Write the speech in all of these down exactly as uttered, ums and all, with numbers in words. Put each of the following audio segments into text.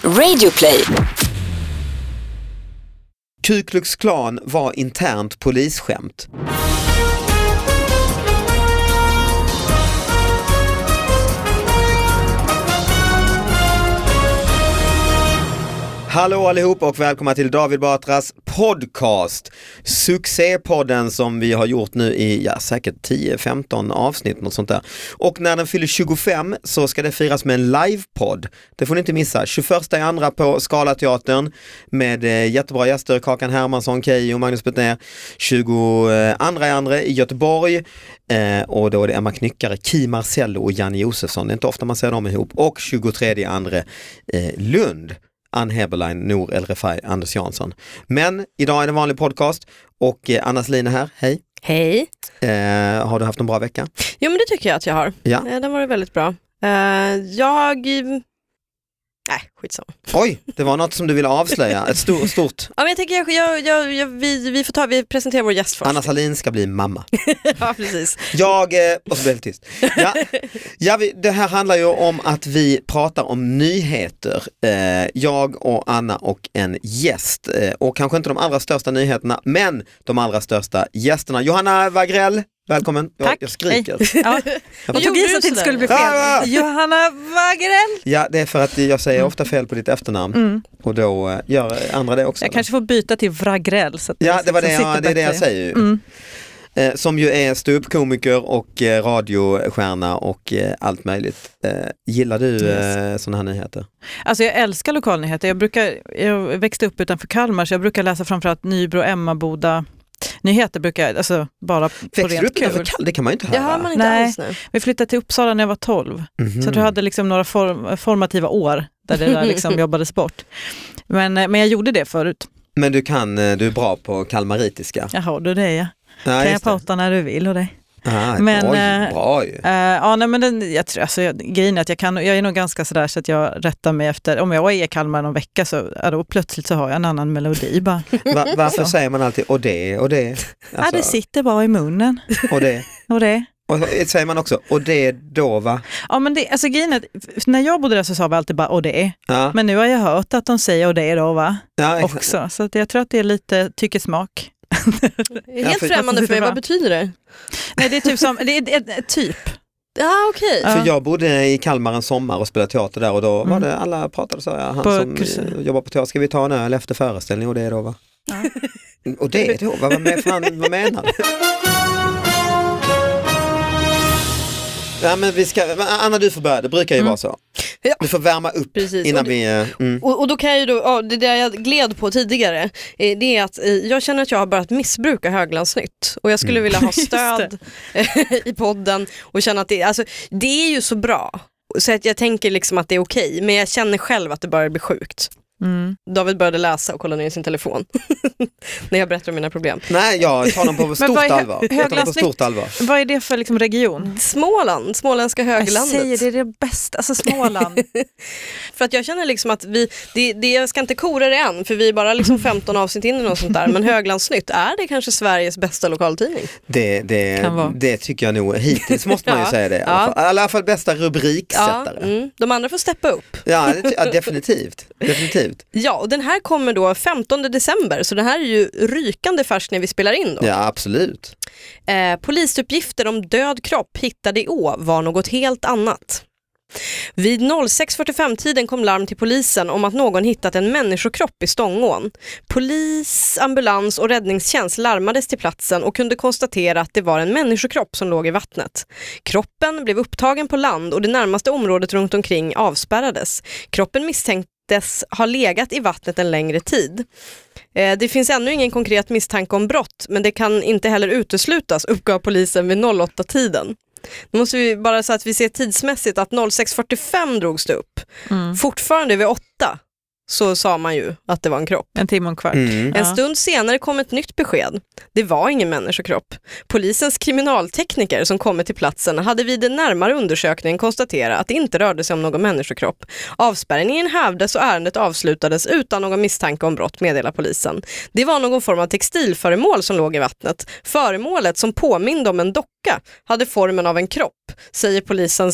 Radioplay. Ku Klux Klan var internt polisskämt. Hallå allihop och välkomna till David Batras podcast. Succépodden som vi har gjort nu i ja, säkert tio femton avsnitt, något sånt där. Och när den fyller tjugofem så ska det firas med en livepodd. Det får ni inte missa. tjugoförsta i andra på Scalateatern med eh, jättebra gäster, Kakan Hermansson, Key och Magnus Bettner. tjugoandra i andra i Göteborg. Eh, och då är det Emma Knyckare, Ki Marcello och Janne Josefsson. Det är inte ofta man ser dem ihop. Och tjugotredje i andra eh, Lund. Ann Heberlein, Nour El Refai, Anders Jansson. Men idag är det en vanlig podcast och eh, Anna Selin är här. Hej. Hej. Eh, har du haft en bra vecka? Jo, men det tycker jag att jag har. Ja. Eh, den var väldigt bra. Eh, jag... Nej, skitsamma. Oj, det var något som du ville avslöja. Ett stort, stort. Ja, men jag tänker jag, jag, jag, jag, vi, vi får ta, vi presenterar vår gäst först. Anna Selin ska bli mamma. Ja, precis. Jag, eh, och så blir det tyst. Ja, ja, vi, det här handlar ju om att vi pratar om nyheter. Eh, jag och Anna och en gäst. Eh, och kanske inte de allra största nyheterna, men de allra största gästerna. Johanna Wagrell. Välkommen. Jag, Tack. jag skriker. Ja. Jag tog i så att det inte skulle bli fel. Ah! Johanna Wagrell. Ja, det är för att jag säger ofta fel på ditt efternamn. Mm. Och då uh, gör andra det också. Jag kanske får byta till Wagrell. Så att ja, det var det, så jag, det är det jag säger ju. Mm. Eh, som ju är ståuppkomiker och eh, radiostjärna och eh, allt möjligt. Eh, gillar du eh, sådana här nyheter? Alltså jag älskar lokalnyheter. Jag, brukar, jag växte upp utanför Kalmar så jag brukar läsa framförallt Nybro, Emmaboda. Nyheter brukar jag, alltså bara på Växte rent upp utanför Kalmar? Det kan man ju inte höra. Det har man inte Nej, alls nu. Vi flyttade till Uppsala när jag var tolv. Mm-hmm. Så jag hade liksom några form, formativa år där det där liksom jobbades bort. Men, men jag gjorde det förut. Men du kan, du är bra på kalmaritiska. Jaha, då det är jag. Ja, kan jag prata när du vill och det. Ah, men, oj, äh, bra ju. Äh, ja, nej, men den, jag tror, alltså, jag, grejen är att jag, kan, jag är nog ganska sådär så att jag rättar mig efter, om jag är i Kalmar någon vecka så ja, då plötsligt så har jag en annan melodi bara. Va, varför säger man alltid och det och det? Alltså, ja, det sitter bara i munnen. Och det. och det. Och säger man också, och det då va? Ja, men det, alltså grejen är att när jag bodde där så sa vi alltid bara och det. Ja. Men nu har jag hört att de säger och det då va? Ja, också. Så att jag tror att det är lite tyckesmak. Helt ja, för, främmande för mig, vad betyder det? Nej, det är typ som, det är ett, ett, typ. Ja, okej. Okay. För ja. jag bodde i Kalmar en sommar och spelade teater där och då mm. var det, alla pratade så, ja, han på som kursen. Jobbar på teater, ska vi ta en öl efter föreställning och det då va? Ja. Och det då, vad, vad, fan, vad menar du? Ja, men vi ska, Anna du får börja, det brukar ju mm. vara så. Ja. Du får värma upp. Precis. Innan och det, vi... Mm. Och, och då kan jag ju då, ja, det där jag gled på tidigare, eh, det är att eh, jag känner att jag har börjat missbruka Höglandsnytt. Och jag skulle mm. vilja ha stöd i podden och känna att det, alltså, det är ju så bra. Så att jag tänker liksom att det är okej, men jag känner själv att det börjar bli sjukt. Mm. David började läsa och kolla ner i sin telefon när jag berättar om mina problem. Nej, jag tar dem på stort är, allvar. Jag tar dem på stort allvar. Vad är det för liksom region? Småland, småländska höglandet. Jag säger det är det bästa, alltså Småland. För att jag känner liksom att vi, det, det, jag ska inte kora det än, för vi är bara liksom femton avsnitt in och sånt där. Men Höglandsnytt, är det kanske Sveriges bästa lokaltidning? Det, det, det tycker jag nog, hittills måste man ju ja. säga det. I alla fall, i alla fall bästa rubriksättare. Ja, mm. De andra får steppa upp. Ja, det, ja definitivt. definitivt. Ja, och den här kommer då femtonde december, så den här är ju rykande färsk när vi spelar in då. Ja, absolut. Eh, polisuppgifter om död kropp hittade i Å var något helt annat. Vid sex fyrtiofem-tiden kom larm till polisen om att någon hittat en människokropp i Stångån. Polis, ambulans och räddningstjänst larmades till platsen och kunde konstatera att det var en människokropp som låg i vattnet. Kroppen blev upptagen på land och det närmaste området runt omkring avspärrades. Kroppen misstänktes ha legat i vattnet en längre tid. Det finns ännu ingen konkret misstanke om brott, men det kan inte heller uteslutas, uppgav polisen vid åtta-tiden. Nu måste vi bara så att vi ser tidsmässigt att sex fyrtiofem drogs det upp. Mm. Fortfarande vid åtta så sa man ju att det var en kropp. En timme och en kvart. Mm. En stund senare kom ett nytt besked. Det var ingen människokropp. Polisens kriminaltekniker som kommit till platsen hade vid en närmare undersökning konstaterat att det inte rörde sig om någon människokropp. Avspärrningen hävdes och ärendet avslutades utan någon misstanke om brott, meddelar polisen. Det var någon form av textilföremål som låg i vattnet. Föremålet, som påminde om en docka, hade formen av en kropp, säger polisens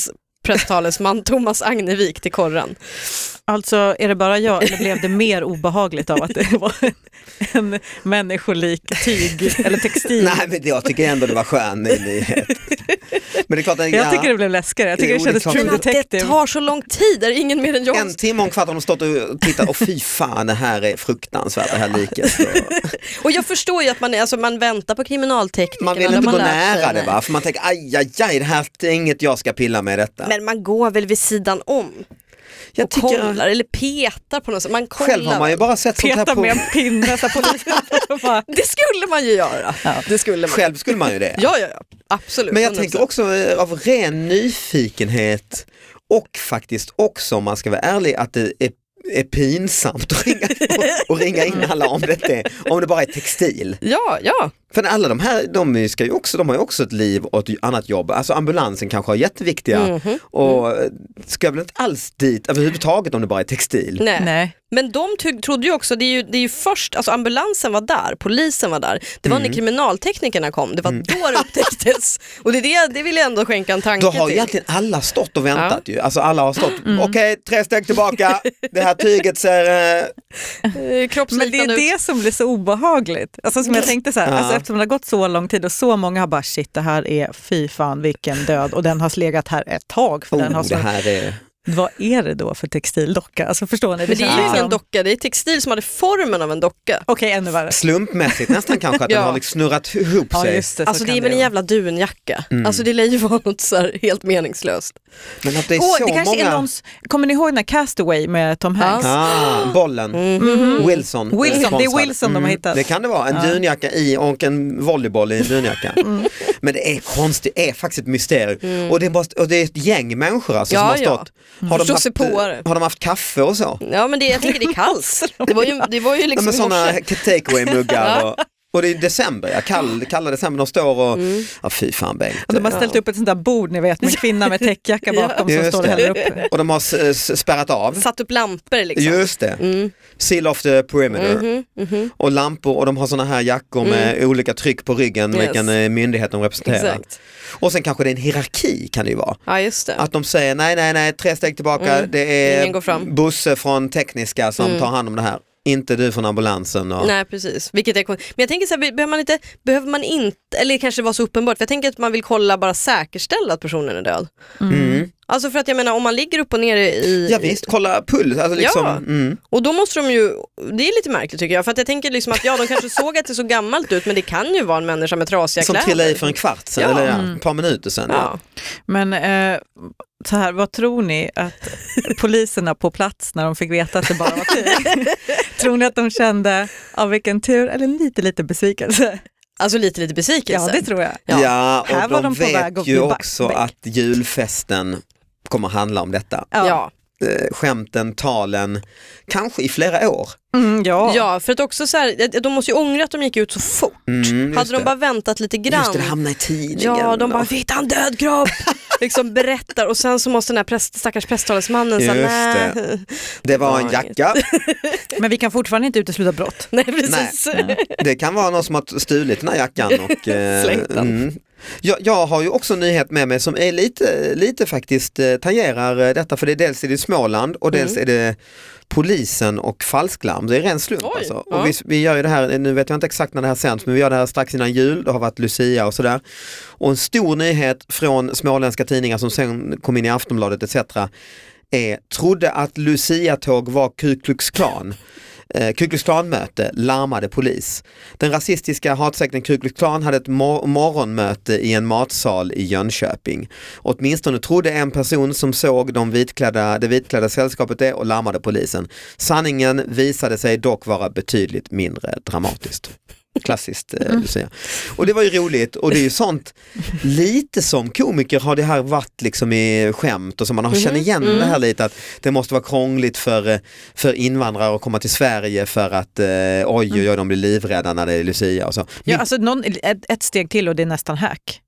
presstalesman Thomas Agnevik till korren. Alltså, är det bara jag eller blev det mer obehagligt av att det var en, en människolik tyg eller textil? Nej, men jag tycker ändå det var skön nyhet. Men det är klart att, jag ja, tycker det blev läskigare. Jag tycker Jo, det kändes det är True klart. Men att det Detective. tar så lång tid, är det ingen mer än jag. en timme och en kvart har de stått och tittat och fy fan, det här är fruktansvärt, det här liket. Så. Och jag förstår ju att man, är, alltså, man väntar på kriminalteknikerna. Man vill där inte gå lär nära sig, det, va? För man tänker, aj, aj, aj, det här är inget jag ska pilla med detta. Men man går väl vid sidan om jag och tycker, kollar eller petar på något sätt. Man kollar. själv har man ju bara sett sånt här Peta på... med en pinne så på bara, Det skulle man ju göra. Ja. Det skulle man. Själv skulle man ju det. Ja, ja, ja. Absolut. Men jag hundra tänker procent. också eh, av ren nyfikenhet och faktiskt också, om man ska vara ärlig, att det är, är pinsamt att ringa, och, och ringa in alla om det, är, om det bara är textil. Ja, ja. För alla de här, de, ska ju också, de har ju också ett liv och ett annat jobb. Alltså ambulansen kanske har jätteviktiga Mhm. och ska väl inte alls dit överhuvudtaget om det bara är textil. Nej. nej. Men de ty- trodde ju också, det är ju, det är ju först, alltså ambulansen var där, polisen var där. Det var Mm. när kriminalteknikerna kom, det var då det upptäcktes. Och det, är det, det vill jag ändå skänka en tanke Då har ju till. egentligen alla stått och väntat ju. Alltså alla har stått, okej, tre steg tillbaka, det här tyget ser... Eh, Eh, Men det Kroppsliknande är ut. det som blir så obehagligt. Alltså som jag tänkte så här, Ja. alltså, eftersom det har gått så lång tid och så många har bara shit, det här är fy fan vilken död och den har legat här ett tag. För den har oh, så, det här är... vad är det då för textildocka? Alltså förstår ni? Men det är känns ju liksom- ingen docka, det är textil som hade formen av en docka. Okej, ännu värre. Slumpmässigt nästan kanske att den Ja. har liksom snurrat ihop Ja, sig. just det, så Alltså det kan är väl en vara. jävla dunjacka. Mm. Alltså det lär ju vara något så här helt meningslöst. Men att det är Åh, så det kanske många... är någons, kommer ni ihåg den här Castaway med Tom Hanks? Ah, bollen. Mhm. Wilson. Wilson, det är Sponsrad. Wilson de har hittat. Det kan det vara, en Ja. dunjacka i och en volleyboll i en dunjacka. Men det är konstigt, det är faktiskt ett mysterium. Och, det är bara, och det är ett gäng människor alltså, Ja, som har ja. stått. Har, de Förstå haft, sig på det. har de haft kaffe och så? Ja men det, jag tänker det är kallt. Det var ju, det var ju Ja, liksom men i sådana morse. takeaway-muggar. och, och det är december, ja, kall, kalla december, de står och, ja fy fan Bengt. Och de har ställt upp ett sånt där bord, ni vet, med en kvinna med täckjacka bakom som Just står och det. häller upp. Och de har s- s- spärrat av. Satt upp lampor liksom. Just det, Mm. seal of the perimeter. Mhm, mhm. Och lampor och de har såna här jackor med olika tryck på ryggen, Yes. vilken eh, myndighet de representerar. Exakt. Och sen kanske det är en hierarki kan det ju vara. Ja just det. Att de säger nej, nej, nej, tre steg tillbaka, Mm. det Ingen går är fram. Bosse från tekniska som Mm. tar hand om det här. Inte du från ambulansen. Och... Nej precis, vilket är kon- men jag tänker så här, be- behöver man inte, behöver man inte, eller kanske det var så uppenbart, för jag tänker att man vill kolla, bara säkerställa att personen är död. Mm. Alltså för att jag menar om man ligger upp och ner i... Ja visst, kolla puls. Alltså liksom, Ja. mm. Och då måste de ju, det är lite märkligt tycker jag, för att jag tänker liksom att ja de kanske såg att det såg gammalt ut men det kan ju vara en människa med trasiga Som kläder. trillade i för en kvart sedan, Ja. eller ja, Mm. ett par minuter sedan. Ja. Men eh, så här, vad tror ni att poliserna på plats när de fick veta att det bara var tid? Tror ni att de kände av vilken tur eller lite lite besvikelse? Alltså lite lite besvikelse. Ja, det tror jag. Ja, Ja. och Här var de, de på väg vet att ju bli back- också back. att julfesten kommer handla om detta. Ja. Ja. Eh, skämten, talen, kanske i flera år. Mm, ja. Ja, för att också så här, de måste ju ångra att de gick ut så fort. Mm, just Hade de det. bara väntat lite grann. Just det, det hamnar i tidningen. Ja, de bara, och- vi hittade en död kropp. liksom berättar och sen så måste den här präst, stackars prästtalesmannen säga Just nej. Det var en jacka. Men vi kan fortfarande inte utesluta brott. Nej, precis. Det kan vara någon som har stulit den här jackan och eh, Slängt den. mm. jag, jag har ju också en nyhet med mig som är lite, lite faktiskt eh, tangerar eh, detta, för det är dels är det Småland och dels Mm. är det polisen och falsklarm. Det är ren slump Oj, alltså. ja. Och vi, vi gör ju det här, nu vet jag inte exakt när det här sänds, men vi gör det här strax innan jul, det har varit Lucia och sådär. Och en stor nyhet från småländska tidningar som sen kom in i Aftonbladet et cetera är, trodde att Lucia-tåg var Ku Klux Klan. Eh, Ku Klux Klan-möte, larmade polis. Den rasistiska hatsekten Ku Klux Klan hade ett mor- morgonmöte i en matsal i Jönköping. Åtminstone trodde en person som såg de vitklädda, det vitklädda sällskapet det och larmade polisen. Sanningen visade sig dock vara betydligt mindre dramatiskt. Klassiskt eh, Lucia. Och det var ju roligt, och det är ju sånt, lite som komiker har det här varit liksom i skämt och så man har känner igen mm. det här lite, att det måste vara krångligt för, eh, för invandrare att komma till Sverige för att eh, oj oj oj de blir livrädda när det är Lucia och så. Ja, alltså någon, ett, ett steg till och det är nästan hack.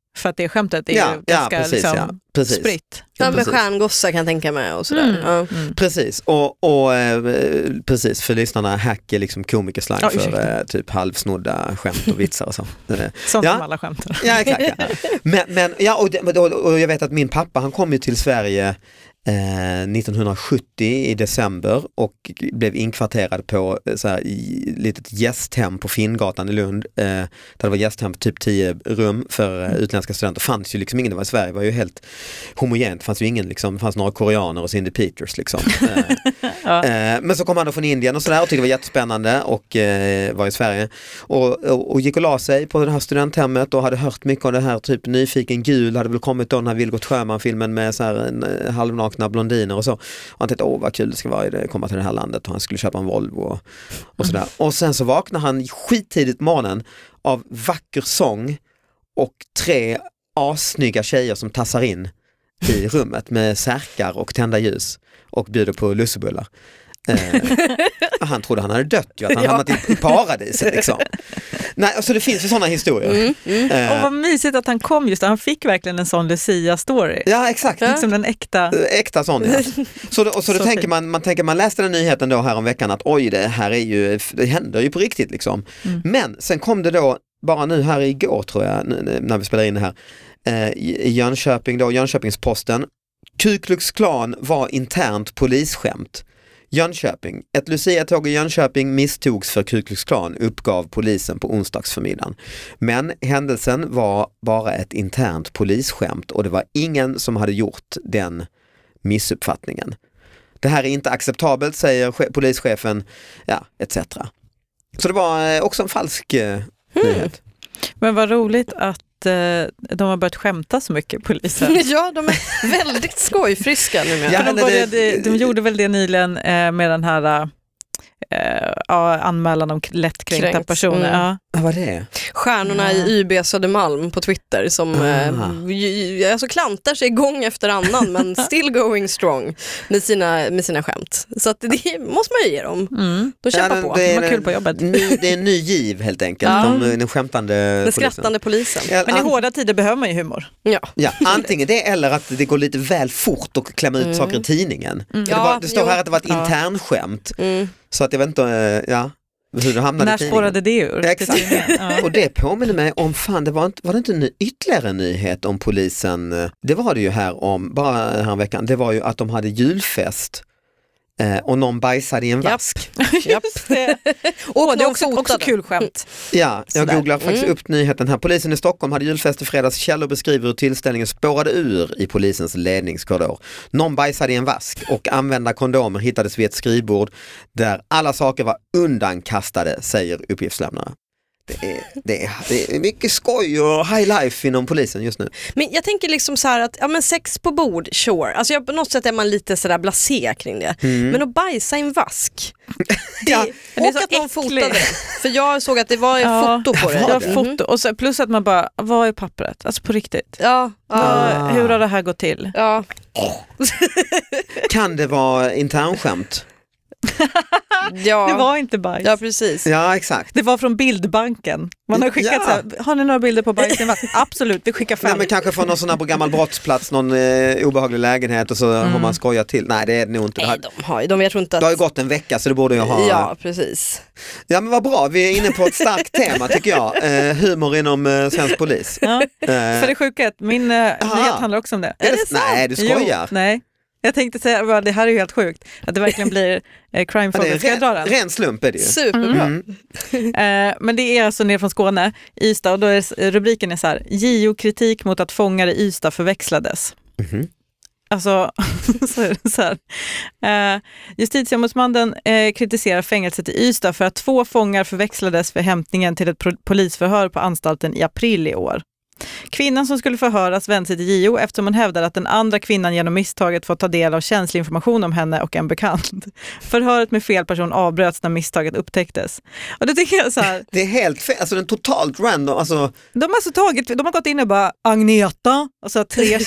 För att det skämtet är ja, ju ja, ganska precis, liksom, ja, precis. spritt. Ja, med precis. stjärngossar kan jag tänka mig och sådär. Mm. Ja. Mm. Precis, och, och eh, precis för lyssnarna, hack är liksom komikerslang Ja, för eh, typ halvsnodda skämt och vitsar och så. Sånt Ja. som alla skämtar. Ja, exakt. Ja. Men, men, ja, och, det, och, och jag vet att min pappa, han kom ju till Sverige eh, nittonhundrasjuttio i december och blev inkvarterad på så här, i litet gästhem på Finngatan i Lund. Eh, där det var gästhem på typ tio rum för eh, utländska studenter. Fanns ju liksom ingen, det var i Sverige, var ju helt homogent. Det fanns ju ingen, liksom, det fanns några koreaner och Cindy Peters liksom. Eh, Ja. eh, men så kom han då från Indien och sådär och tyckte det var jättespännande och eh, var i Sverige och, och, och gick och la sig på det här studenthemmet och hade hört mycket av det här, typ Nyfiken gul hade väl kommit då, den här Vilgot Sjöman-filmen med så här en, eh, halvnakna blondiner och så. Och han tänkte, åh vad kul det ska vara att komma till det här landet och han skulle köpa en Volvo och, och sådär. Mm. Och sen så vaknade han skittidigt på morgonen av vacker sång och tre assnygga tjejer som tassar in i rummet med särkar och tända ljus och bjuder på lussebullar. Eh, han trodde han hade dött ju, att han Ja. hamnat i, i paradiset liksom. Nej, alltså det finns ju sådana historier. Mm, mm. Eh, Och vad mysigt att han kom just, han fick verkligen en sån Lucia-story. ja, exakt. Ja. Liksom den äkta. Eh, Äkta sån, ja. Så, då, och så, då Så tänker fint. man, man tänker man läste den nyheten då här om veckan att oj, det här är ju, det händer ju på riktigt liksom. Mm. Men sen kom det då, bara nu här igår tror jag, när vi spelar in det här, eh, i Jönköping då, Jönköpingsposten. Ku Klux Klan var internt polisskämt. Jönköping. Ett Lucia-tåg i Jönköping misstogs för Ku Klux Klan, uppgav polisen på onsdagsförmiddagen. Men händelsen var bara ett internt polisskämt och det var ingen som hade gjort den missuppfattningen. Det här är inte acceptabelt, säger che- polischefen, ja, et cetera. Så det var eh, också en falsk eh, nyhet. Men vad roligt att eh, de har börjat skämta så mycket, polisen. Ja, de är väldigt skojfriska numera. Ja, För de, eller det- började, de gjorde väl det nyligen eh, med den här eh, ja, anmälan om lättkränkta Kränkt, personer. mm. Ja. Vad var det? Stjärnorna Ja. i Y B Södermalm på Twitter som Ah. eh, ju- ju- alltså klantar sig gång efter annan men still going strong med sina, med sina skämt. Så att det måste man ju ge dem. Mm. De kämpar Ja, på. det De är har kul på jobbet. Ny, det är en ny giv helt enkelt. Ja. De, den skämtande Den polisen. skrattande polisen. Ja, Men i an- hårda tider behöver man ju humor. Ja. Ja, antingen det eller att det går lite väl fort och klämma ut Mm. saker i tidningen. För det, Ja, var, det står jo. här att det var ett Ja. internskämt. Mm. Så att jag vet inte, eh, ja, hur det hamnade När i tidningen. spårade det ur? Exakt. Ja. Och det påminner mig om, fan det var inte, var det inte en ny, ytterligare en nyhet om polisen, det var det ju här om, bara här veckan, det var ju att de hade julfest eh, och någon bajsade i en Japp. vask. Japp. Åh, Och det är någon också, också fotade. kul skämt. Ja, jag Sådär. googlar faktiskt Mm. upp nyheten här. Polisen i Stockholm hade julfest i fredags. Källor beskriver hur tillställningen spårade ur i polisens ledningskorridor. Någon bajsade i en vask och använda kondomer hittades vid ett skrivbord där alla saker var undankastade, säger uppgiftslämnare. Det är, det, är, det är mycket skoj och high life inom polisen just nu. Men jag tänker liksom så här att ja, men sex på bord, sure. Alltså jag, på något sätt är man lite sådär blasé kring det. Mm. Men att bajsa i en vask. Det, Ja, det är och så att någon äckligt. fotade det. För jag såg att det var Ja, foto på det. var Ja, det? foto. Och så, plus att man bara, vad är pappret? Alltså på riktigt. Ja, ja, Ah. Hur har det här gått till? ja. Kan det vara internskämt? ja. Det var inte bajs. ja, precis. Ja, exakt. Det var från bildbanken. Man har skickat Ja. så här, har ni några bilder på bajs i en vask? Absolut, vi skickar Nej, fram. men kanske från någon sån här gammal brottsplats, någon eh, obehaglig lägenhet och så har Mm. man skojat till. Nej, det är det nog inte. Det, Nej, här, de har ju, de, jag tror inte att... det har ju gått en vecka så det borde jag ha. Ja, precis. Ja, men vad bra, vi är inne på ett starkt tema tycker jag. Eh, humor inom eh, svensk polis. Ja. Eh, För det sjuka är att min eh, Aha. nyhet handlar också om det. är det sant? Nej, du skojar. Jo, nej. Jag tänkte säga, bara, det här är ju helt sjukt. Att det verkligen blir eh, crime Ja, det är focus. Ska jag dra ren, den? ren slump är det ju. Superbra. Mm. Eh, men det är alltså ner från Skåne, Ystad, och då är rubriken är så här: J O-kritik mot att fångar i Ystad förväxlades. Mhm. Alltså, så är det så här. Eh, Justitieombudsmannen eh, kritiserar fängelset i Ystad för att två fångar förväxlades för hämtningen till ett pro- polisförhör på anstalten i april i år. Kvinnan som skulle förhöras vände sig till J O eftersom hon hävdade att den andra kvinnan genom misstaget fått ta del av känslig information om henne och en bekant. Förhöret med fel person avbröts när misstaget upptäcktes. Och det tycker jag så här, Det är helt fel, alltså den totalt random, alltså, de har så tagit, de har gått in och bara Agneta, och så tre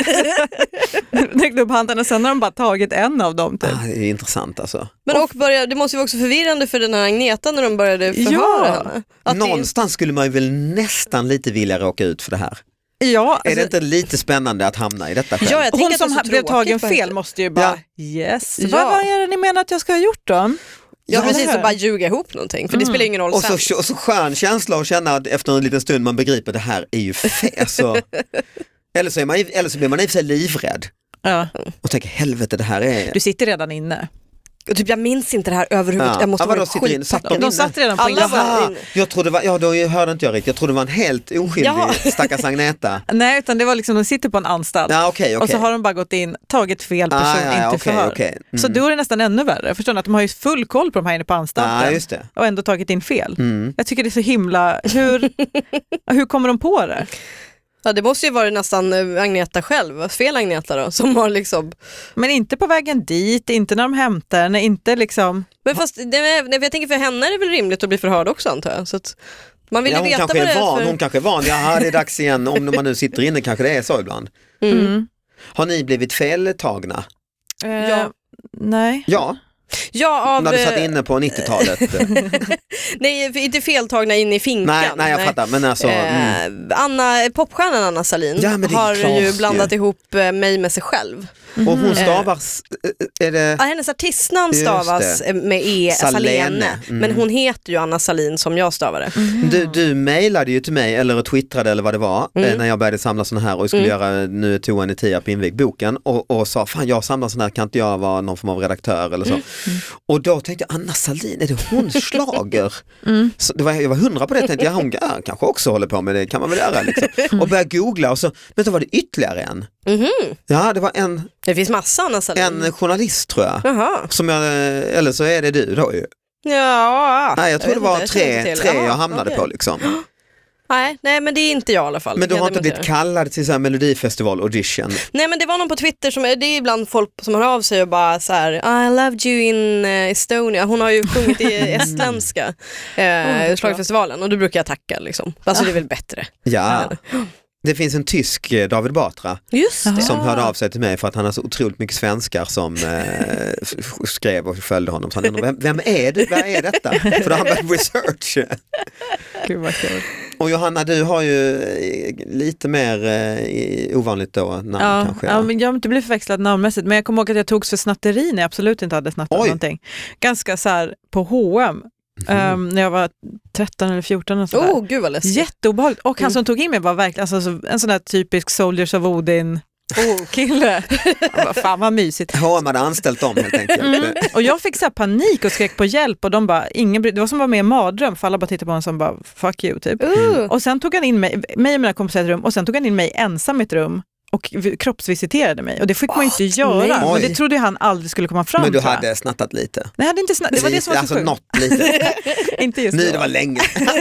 tjejer räckte upp handen och sen har de bara tagit en av dem typ. ah, det är intressant alltså. Men och börja, det måste ju vara också förvirrande för den här Agneta när de började förhöra Ja. henne. Att det- Någonstans skulle man ju väl nästan lite vilja råka ut för det här. Ja, alltså, är det inte lite spännande att hamna i detta själv? Ja, jag hon att som det blev tagen fel måste ju bara, Ja. yes, Ja. vad, vad är det ni menar att jag ska ha gjort då? Ja, Ja, precis, det att bara ljuga ihop någonting, för det spelar ingen roll Och sen. så, och så skön känsla att känna att efter en liten stund man begriper det här är ju fel. Så, eller, så är man, eller så blir man i och för sig livrädd Ja. och tänker helvete det här är... Du sitter redan inne. Och typ, jag minns inte det här överhuvudtaget. Ja. Jag måste Ja, vadå, vara sitter in? Satt skitpackad. de De satt redan på Alla inne. var Jaha, inne. jag trodde var, ja då hörde inte jag riktigt. Jag trodde det var en helt oskyldig Ja. stackars Agneta. Nej, utan det var liksom, de sitter på en anstalt. Ja, okej, Och så okej. har de bara gått in, tagit fel person, Ah, ja, ja, inte okej, förhör. okej. Mm. Så då är det nästan ännu värre. Förstår ni att de har ju full koll på de här inne på anstalten. Ja, just det. Och ändå tagit in fel. Mm. Jag tycker det är så himla, hur, hur kommer de på det? Ja, det måste ju vara nästan eh, Agneta själv, fel Agneta då, som har liksom... Men inte på vägen dit, inte när de hämtar henne, inte liksom... Men fast, det, jag tänker för henne är det väl rimligt att bli förhörd också, antar jag. Så att man vill Ja, ju hon veta kanske vad det är van, för... hon kanske är van. Ja, det är dags igen. Om man nu sitter inne kanske det är så ibland. Mm. Mm. Har ni blivit feltagna? Eh, Ja. Nej. Ja, Ja, av... när du satt eh, inne på nittiotalet. nej, inte feltagna in i finkan. nej, nej, jag fattar. Men alltså, mm. Eh, Anna, popstjärnan Anna Salin Ja, men det är har klart ju blandat ju. ihop eh, mig med sig själv. Och hon stavar, är det... Ja, hennes artistnamn Just stavas det. med E, Salene. Salene, Mm. men hon heter ju Anna Salin som jag stavade. Du, du mejlade ju till mig eller twittrade eller vad det var Mm. eh, när jag började samla såna här och skulle Mm. göra Nu är toan i Tierp invig boken och, och sa fan jag samlar såna här, kan inte jag vara någon form av redaktör eller så. Mm. Och då tänkte jag Anna Salin, är det hon slager? Mm. Så det var, jag var hundra på det, tänkte jag hon ja, kanske också håller på med det, kan man väl göra liksom. Och började googla och så, men då var det ytterligare en. Mhm. Ja, det var en, Det finns massa Anna Salin. en journalist tror jag. Jaha. Som jag, eller så är det du då ju. Ja, Nej, jag tror vet det var inte, jag känner tre, inte till. tre Jaha, jag hamnade okej. på liksom. Nej, nej, men det är inte jag i alla fall. Men du Kan har jag inte blivit dementera. kallad till så här Melodifestival audition? Nej, men det var någon på Twitter som, det är ibland folk som hör av sig och bara så här: I loved you in uh, Estonia. Hon har ju sjungit i estländska eh, bra. schlagerfestivalen och då brukar jag tacka liksom. Alltså det är väl bättre. Ja. Det finns en tysk, eh, David Batra, Just det. som hörde av sig till mig för att han har så otroligt mycket svenskar som eh, f- skrev och följde honom. Så han undrade, vem, vem är det? Vad är detta? För då har han börjat research. Gud vad kul. Och Johanna, du har ju eh, lite mer eh, ovanligt då namn Ja, kanske. ja, men jag har inte blivit förväxlad namnmässigt, men jag kommer ihåg att jag togs för snatteri när jag absolut inte hade snattat Oj. någonting. Ganska så här på H och M, Mhm. um, när jag var tretton eller fjorton och sådär. Oh, gud vad läskigt. Jätteobehagligt. Och han Mm. som tog in mig var verkligen alltså, så- en sån där typisk Soldiers of Odin oh, kille. Jag bara, fan vad mysigt. H och M hade anställt dem helt enkelt. Mm. Och jag fick så här panik och skrek på hjälp och de bara, ingen bry- det var som att vara med i en mardröm för alla bara tittade på honom som bara, fuck you typ. Uh. Och sen tog han in mig, mig och mina kompisar i ett rum och sen tog han in mig ensam i ett rum och vi- kroppsvisiterade mig. Och det fick man ju inte göra. Nej. Men det Oj. trodde jag han aldrig skulle komma fram. Men du tror jag. hade snattat lite. Nej, jag hade inte snatt, det var det som var så alltså sjukt. något lite. Inte just Nu då. det var länge.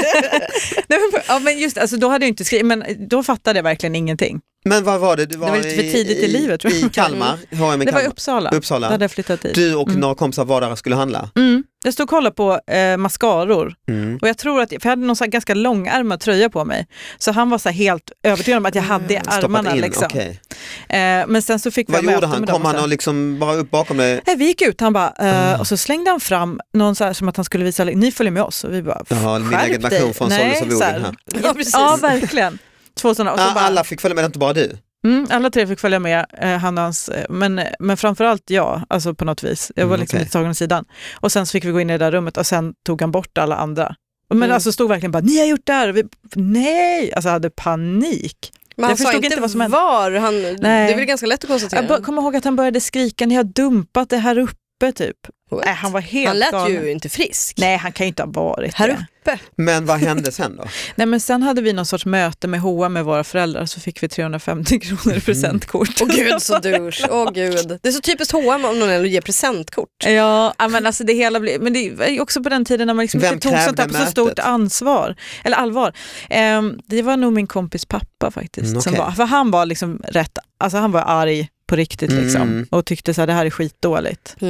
Nej, men, ja, men just, alltså, då hade jag inte skrivit, men då fattade jag verkligen ingenting. Men vad var det? Du var, var lite för tidigt i livet, tror jag. I Kalmar, H och M i Det var i Kalmar. Uppsala. Uppsala. Då hade jag flyttat dit. Du och Mm. några kompisar var där och skulle handla. Mm. Jag stod och kollade på eh, mascaror Mm. och jag tror att, för jag hade någon så här ganska långärmad tröja på mig. Så han var så här helt övertygad om att jag hade i armarna. Stoppat in, Liksom. okej. Eh, men sen så fick vi Vad möte gjorde han? med Kom dem han sen. och liksom bara upp bakom dig? Nej, vi gick ut, han bara, eh, Ah. och så slängde han fram någon så här som att han skulle visa, ni följer med oss. Och vi bara, Jaha, min skärp legitimation dig. från Nej, Soldiers of Odin så här. här. Ja, precis. Ja, verkligen. Två sådana. Och så Ah, bara, alla fick följa med, inte bara du. mm, alla tre fick följa med, eh, han och hans, eh, men, men framförallt jag, alltså på något vis. Jag var Mm, liksom okej. lite tagen åt sidan. Och sen så fick vi gå in i det där rummet och sen tog han bort alla andra. Men Mm. alltså stod verkligen bara, ni har gjort det här. Och vi, nej, alltså jag hade panik. Men han Jag sa förstod inte inte vad som hände. var. Han, det är väl ganska lätt att konstatera. Jag bara, kommer ihåg att han började skrika, ni har dumpat det här uppe typ. What? Nej, han var helt Han lät galen. ju inte frisk. Nej, han kan ju inte ha varit Här det. uppe. Men vad hände sen då? Nej, men sen hade vi någon sorts möte med H och M med våra föräldrar, så fick vi trehundrafemtio kronor i presentkort. Åh gud så douche. Åh gud. Det är så typiskt H och M om någon ändå ger presentkort. Ja, men alltså det hela blir, men det var ju också på den tiden när man liksom Vem inte tog sånt där på krävde så stort mötet? ansvar, eller allvar. Ehm, det var nog min kompis pappa faktiskt. Mm, som okej. var, för han var liksom rätt, alltså han var arg på riktigt liksom, Mm. och tyckte så här, det här är skitdåligt. Mm.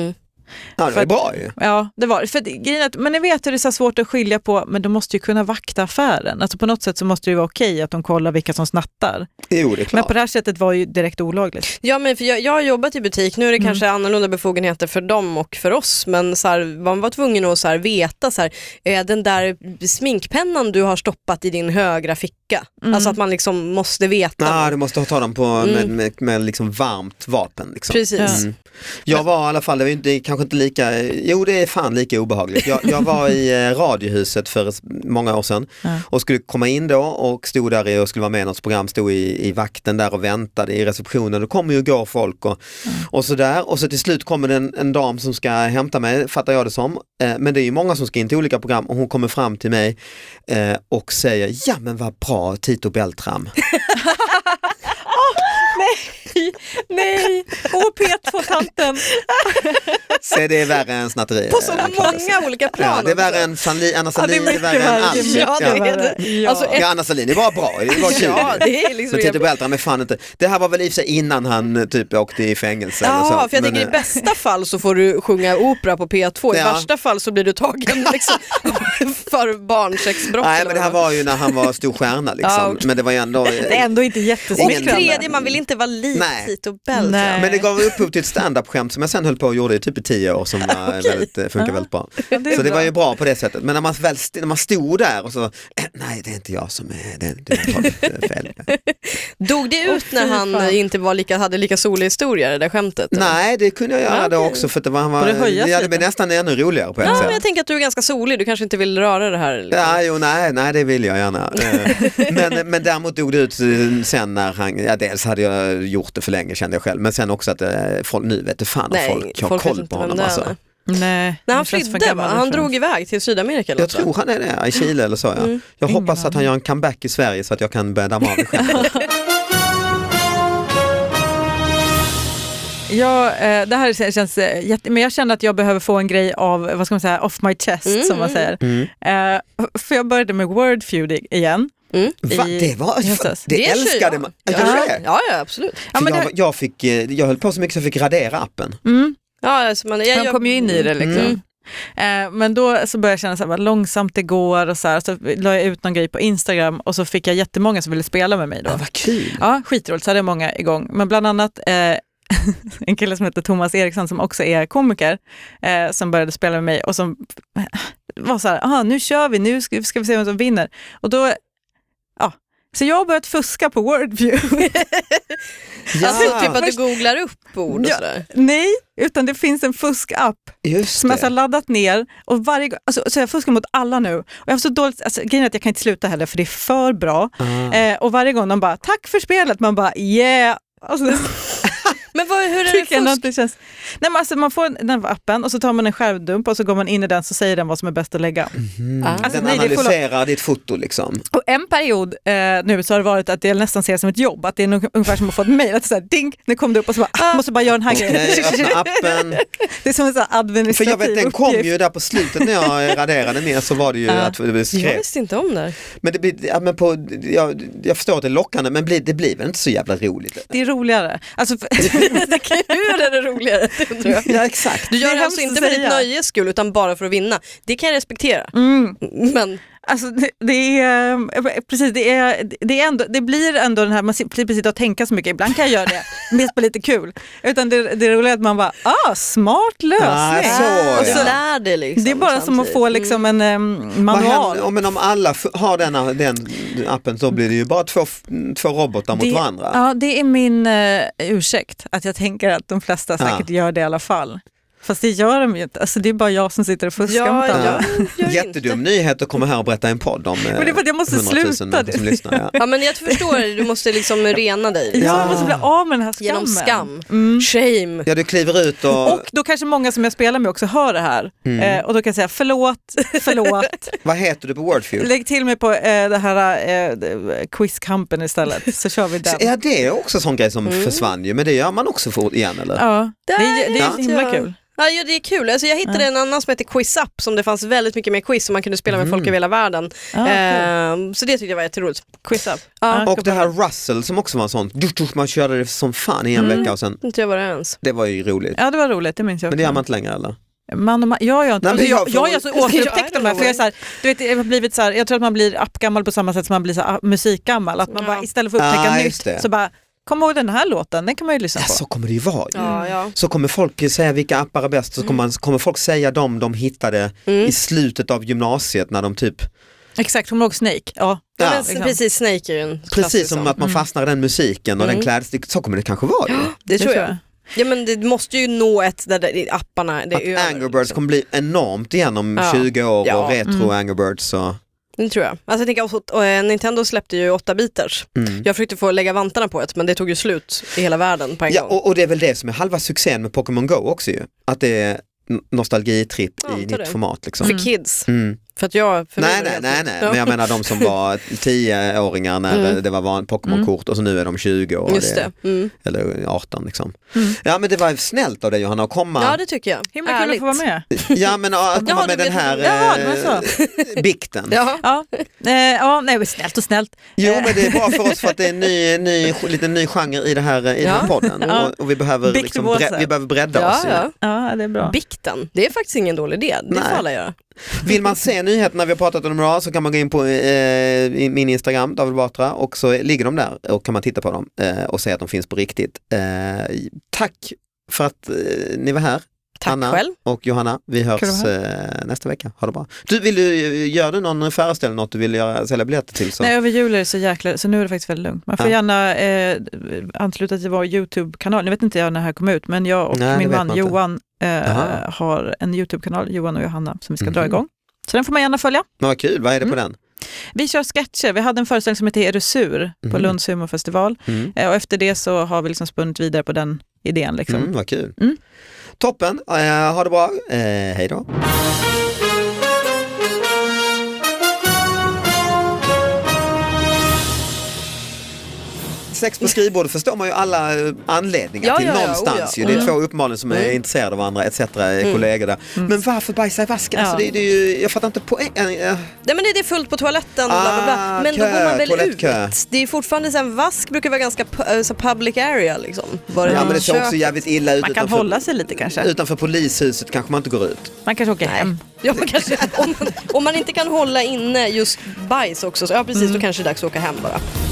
Ja, det För är att- bra ju. Ja, det var för att, grejen är att, men ni vet hur det är så svårt att skilja på, men de måste ju kunna vakta affären. Alltså på något sätt så måste det ju vara okej att de kollar vilka som snattar. Jo, det är Men klart. på det här sättet var ju direkt olagligt. Ja, men för jag, jag har jobbat i butik, nu är det Mm. kanske annorlunda befogenheter för dem och för oss, men så här, man var tvungen att så här, veta så här, är den där sminkpennan du har stoppat i din högra ficka. Mm. Alltså att man liksom måste veta. Ja, du måste ta dem på Mm. med, med, med liksom varmt vapen. Liksom. Precis. Ja. Mm. Jag var i alla fall, det var ju inte, kanske inte lika, jo det är fan lika obehagligt. Jag, jag var i eh, Radiohuset för många år sedan Ja. och skulle komma in då och stod där i och skulle vara med i något program, stod i, i vakten där och väntade i receptionen. Då kommer ju och går folk och, och sådär. Och så till slut kommer det en, en dam som ska hämta mig, fattar jag det som. Eh, men det är ju många som ska in till olika program och hon kommer fram till mig eh, och säger, ja men vad bra Tito Beltram. Nej, nej, åh P två-tanten. Så det är värre än snatteri. På så eh, kan man säga. många olika plan. Ja, det är värre också. än Sanli, Anna Ja, det är Salin, det är mycket värre än värre. allt. Ja, det är det. Ja. Alltså, Ja, Anna Salin, det var bra, det var kul. Ja, det är liksom Men Tito Beltram är fan inte. Det här var väl i och för sig innan han typ åkte i fängelse. eller så. Ja, för jag Men, tänker i eh, bästa fall så får du sjunga opera på P två, i Ja. värsta fall så blir du tagen liksom, för barnsexbrott. Nej, eller men det här vad. var ju när han var stor stjärna liksom. Ja, okej. Men det var ju ändå... Det är ändå inte Och jättesmickrande. tredje, man vill inte vara lik Nej. Tito Beltram. Nej. Men det gav upphov till ett stand-up-skämt som jag sen höll på och gjorde i typ i tio år som var väldigt, eh, funkar Ja. väldigt bra. Ja, det är Så det bra. var ju bra på det sättet. Men när man, väl, st- när man stod där och så, eh, nej det är inte jag som är det, det har tagit fel. Dog det ut Åh, när fy han fan. inte var lika, hade lika solig historia, det där skämtet? eller? Nej, det kunde jag göra Ja, då okej. också för att det var, han var, Får det höjas ja, det lite? blev nästan ännu roligare på ett Ja, sätt. men jag tänker att du är ganska solig, du kanske inte vill röra det här. Liksom. Ja, jo, nej, nej, det vill jag gärna. Eh, men, men däremot dog det ut sen när han, ja, dels hade jag gjort det för länge kände jag själv, men sen också att eh, folk, nu vet du fan om Nej, folk har folk vet koll inte på vem honom. det är, Alltså. nej. Nej, När han det känns för flydde, gammal va? Han referens. drog iväg till Sydamerika. eller Jag något, va? tror han är där i Chile eller så. Ja. Mm. Jag Ingen hoppas att han aning. gör en comeback i Sverige så att jag kan börja damma av det själv. Ja, eh, det här känns eh, jätte... Men jag känner att jag behöver få en grej av, vad ska man säga, off my chest Mm, som man säger. Mm. Eh, för jag började med Wordfeud igen. Mm. Va? I Det var, höstas. det, är älskade tjugo. man. Ja, Gjorde ja, det? ja, ja, absolut. Ja, För men jag, det, jag, fick, eh, jag höll på så mycket så jag fick radera appen. mm, Ja, alltså man, jag, man jag, kom ju in i det liksom. Mm. Eh, men då så började jag känna så här, vad långsamt det går och så här. Så la jag ut någon grej på Instagram och så fick jag jättemånga som ville spela med mig då. Ja, vad kul. Ja, skitroligt, så hade jag många igång. Men bland annat eh, en kille som heter Thomas Eriksson som också är komiker eh, som började spela med mig och som var så här, aha, nu kör vi, nu ska, ska vi se vem som vinner. Och då, ja, så jag har börjat fuska på Wordview. Ja, Alltså typ att du googlar upp ord och Ja. sådär. Nej, utan det finns en fuskapp just som jag har det. laddat ner och varje gång, alltså, så jag fuskar mot alla nu. Och jag har så dåligt, alltså, grejen är att jag kan inte sluta heller för det är för bra. Ah. Eh, och varje gång de bara, tack för spelet, man bara, yeah. Alltså, Men vad, hur är det tycker jag ändå fusk? att det känns. Nej, men alltså, man får den här appen och så tar man en skärmdump och så går man in i den så säger den vad som är bäst att lägga. Mm. Ah. Alltså, Den nej, det är full av- analyserar ditt foto liksom. Och en period eh, nu så har det varit att jag nästan ser det som ett jobb, att det är nog ungefär som att få ett mejl, att det är så här, ding, nu kom det upp och så bara, ah, måste bara göra den här Okej, grejen. öppna appen. Det är som en sån här För administrativ jag vet, den kom uppgift. ju där på slutet när jag raderade ner så var det ju Ja. att det Jag skrev. visste inte om det. Men, det blir, ja, men på, jag, jag förstår att det är lockande men blir, det blir väl inte så jävla roligt. Det är roligare. Alltså, för, Hur är det roligare? Det undrar jag. Ja, exakt. Du gör Det är det alltså hemskt inte att för ditt säga. nöjes skull utan bara för att vinna. Det kan jag respektera. mm, Men alltså det, det är eh, precis, det är, det är ändå, det blir ändå den här, man slipper sitta och tänka så mycket. Ibland kan jag göra det, mest på lite kul. Utan det, det är roligt att man bara, ah, smart lösning. Ah, så, och så ja. lär det liksom. Det är bara som att få liksom en um, Vad manual. händer, om, men om alla f- har den, den appen så blir det ju bara två, två robotar mot det, varandra. Ja, det är min uh, ursäkt att jag tänker att de flesta säkert gör det i alla fall. Fast det gör de ju inte. Alltså, det är bara jag som sitter och fuskar Ja, mot alla. jag gör Jättedum nyhet att komma här och berätta i en podd om Men det är för att jag måste hundratusen sluta. människor som lyssnar. Ja. Ja, men jag förstår, du måste liksom rena dig. Ja, Ja. jag måste bli av med den här skammen. Genom skam. Mm. Shame. Ja, du kliver ut och, Och då kanske många som jag spelar med också hör det här. Mm. Eh, och då kan jag säga förlåt, förlåt. vad heter du på Wordfeud? Lägg till mig på eh, det här eh, quizkampen istället så kör vi den. Ja, det är också en sån grej som Mm. försvann ju, men det gör man också för igen eller? Ja, det är, det är Ja. så himla kul. Ja, ja, det är kul. Alltså, jag hittade ja. en annan som heter QuizUp som det fanns väldigt mycket mer quiz som man kunde spela med mm. folk över hela världen. Ah, eh, cool. Så det tyckte jag var jätteroligt. QuizUp. Ja. Och det här Russell som också var en sån, man körde det som fan i en mm. vecka och sen... Inte jag var det ens. Det var ju roligt. Ja, det var roligt, det minns jag också. Men det gör man inte längre, eller? Man och man, jag gör inte. Nej, jag, jag, jag, jag, jag har så återupptäckt de här, för jag är så här, du vet, jag har blivit så här, jag tror att man blir appgammal på samma sätt som man blir så här, musikgammal, att man ja. bara istället för att upptäcka ah, nytt så bara kom ihåg den här låten, den kan man ju lyssna ja, på. Så kommer det ju vara. Ja, ja. Så kommer folk säga vilka appar är bäst, så kommer, man, kommer folk säga dem de hittade mm. i slutet av gymnasiet när de typ... Exakt, kommer du ihåg Snake? Ja, ja. Men, liksom. Precis, Snake är ju en precis som att man fastnar i den musiken och mm. den klädstil, så kommer det kanske vara. Ja, det, det tror jag. jag. Ja, men det måste ju nå ett där det, apparna det är att Angry Birds liksom. kommer bli enormt igen om ja. tjugo år ja. och retro mm. Angry Birds så... Det tror jag. Alltså jag tänker att och, och, Nintendo släppte ju åtta bitars. Mm. Jag försökte få lägga vantarna på det, men det tog ju slut i hela världen på en ja, gång. Och, och det är väl det som är halva succén med Pokémon Go också ju. Att det är nostalgitripp ja, i nytt det. format liksom. För kids. Mm. För att jag... För nej, nej, nej, nej. Men jag menar de som var tioåringar när mm. det var en Pokémon-kort och så nu är de tjugo år. Just det. Mm. Eller arton liksom. Mm. Ja, men det var snällt av dig Johanna att komma. Ja, det tycker jag. Himla kul att få vara med. Ja, men att komma ja, med den här ja, eh, bikten. Ja, ja. Eh, ja nej, snällt och snällt. Jo, men det är bra för oss för att det är en ny, ny, lite ny genre i, det här, i ja. den här podden. Ja. Och, och vi behöver, liksom, bre- vi behöver bredda ja, oss. Ja. ja, det är bra. Bikten, det är faktiskt ingen dålig idé. Det får alla göra. Vill man se nyheterna vi har pratat om idag så kan man gå in på eh, min Instagram, David Batra, och så ligger de där och kan man titta på dem eh, och se att de finns på riktigt. Eh, tack för att eh, ni var här. Tack Anna själv. Och Johanna, vi hörs eh, nästa vecka. Ha det bra. Du, vill du, gör du någon föreställning, något du vill göra, sälja biljetter till? Så? Nej, över jul är det så jäkla, så nu är det faktiskt väldigt lugnt. Man får ja. gärna eh, ansluta till vår YouTube-kanal. Nu vet inte jag när det här kom ut, men jag och Nej, min man Johan eh, har en YouTube-kanal, Johan och Johanna, som vi ska mm-hmm. dra igång. Så den får man gärna följa. Men vad kul, vad är det på mm. den? Vi kör sketcher. Vi hade en föreställning som heter Är du sur på mm. Lunds humorfestival. Mm. Eh, och efter det så har vi liksom spunnit vidare på den idén. Liksom. Mm, vad kul. Mm. Toppen, uh, ha det bra. Uh, hej då. Sex på skrivbordet förstår man ju alla anledningar ja, till ja, ja, någonstans. Oh, ja. Det är mm. två uppenbarligen som är mm. intresserade av varandra et cetera. Mm. Kollegor där. Mm. Men varför bajsa i vasken? Ja. Alltså, det, det är ju, jag fattar inte poäng. Uh. Nej, men det är fullt på toaletten. Ah, bla, bla, bla. Men kö, då går man väl ut. Det är fortfarande så en vask brukar vara ganska så public area liksom. Bara ja, men det ser också jävligt illa ut. Man kan utanför, hålla sig lite kanske. Utanför polishuset kanske man inte går ut. Man kanske åker hem. Ja, man kanske, om, om man inte kan hålla inne just bajs också. Så, ja, precis, mm. då kanske det är dags att åka hem bara.